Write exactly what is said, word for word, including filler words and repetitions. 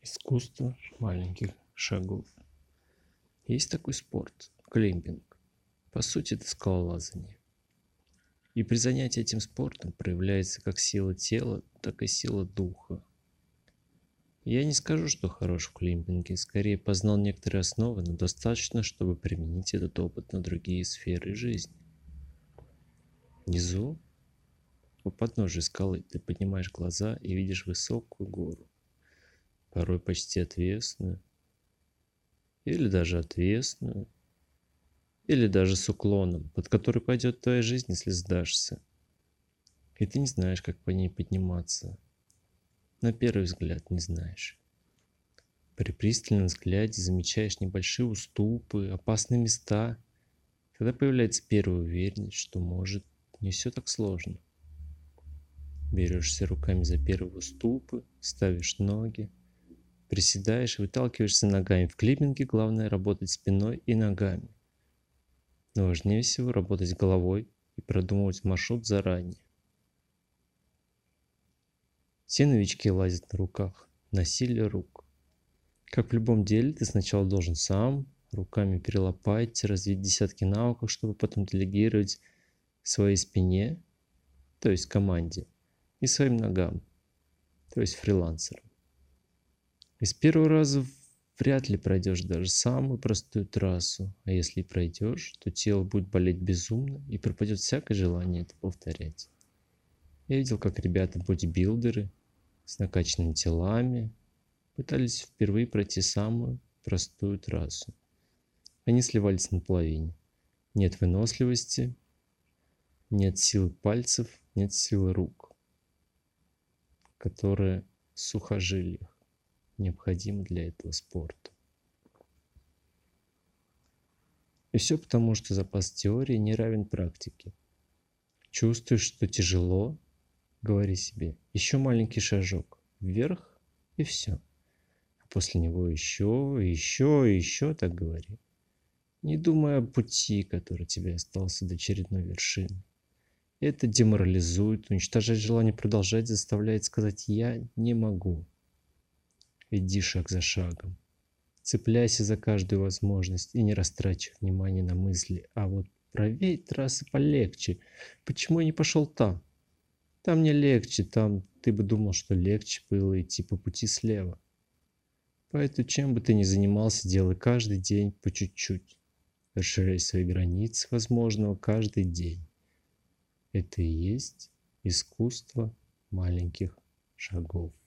Искусство маленьких шагов. Есть такой спорт – климбинг. По сути, это скалолазание. И при занятии этим спортом проявляется как сила тела, так и сила духа. Я не скажу, что хорош в климбинге, скорее познал некоторые основы, но достаточно, чтобы применить этот опыт на другие сферы жизни. Внизу, у подножия скалы, ты поднимаешь глаза и видишь высокую гору, порой почти отвесную, или даже отвесную, или даже с уклоном, под который пойдет твоя жизнь, если сдашься. И ты не знаешь, как по ней подниматься. На первый взгляд не знаешь. При пристальном взгляде замечаешь небольшие уступы, опасные места. Тогда появляется первая уверенность, что, может, не все так сложно. Берешься руками за первые уступы, ставишь ноги, приседаешь и выталкиваешься ногами. В климбинге главное работать спиной и ногами. Но важнее всего работать головой и продумывать маршрут заранее. Все новички лазят на руках, на силе рук. Как в любом деле, ты сначала должен сам руками перелопатить, развить десятки навыков, чтобы потом делегировать своей спине, то есть команде, и своим ногам, то есть фрилансерам. И с первого раза вряд ли пройдешь даже самую простую трассу, а если и пройдешь, то тело будет болеть безумно и пропадет всякое желание это повторять. Я видел, как ребята бодибилдеры с накачанными телами пытались впервые пройти самую простую трассу. Они сливались на половине. Нет выносливости, нет силы пальцев, нет силы рук, которые в сухожилиях необходимы для этого спорта. И все потому, что запас теории не равен практике. Чувствуешь, что тяжело? Говори себе, еще маленький шажок вверх и все. А после него еще, еще и еще так говори. Не думая о пути, который тебе остался до очередной вершины. Это деморализует, уничтожает желание продолжать, заставляет сказать «я не могу». Иди шаг за шагом. Цепляйся за каждую возможность и не растрачивай внимание на мысли. А вот правее трассы полегче. Почему я не пошел там? Там не легче, там ты бы думал, что легче было идти по пути слева. Поэтому чем бы ты ни занимался, делай каждый день по чуть-чуть. Расширяй свои границы возможного каждый день. Это и есть искусство маленьких шагов.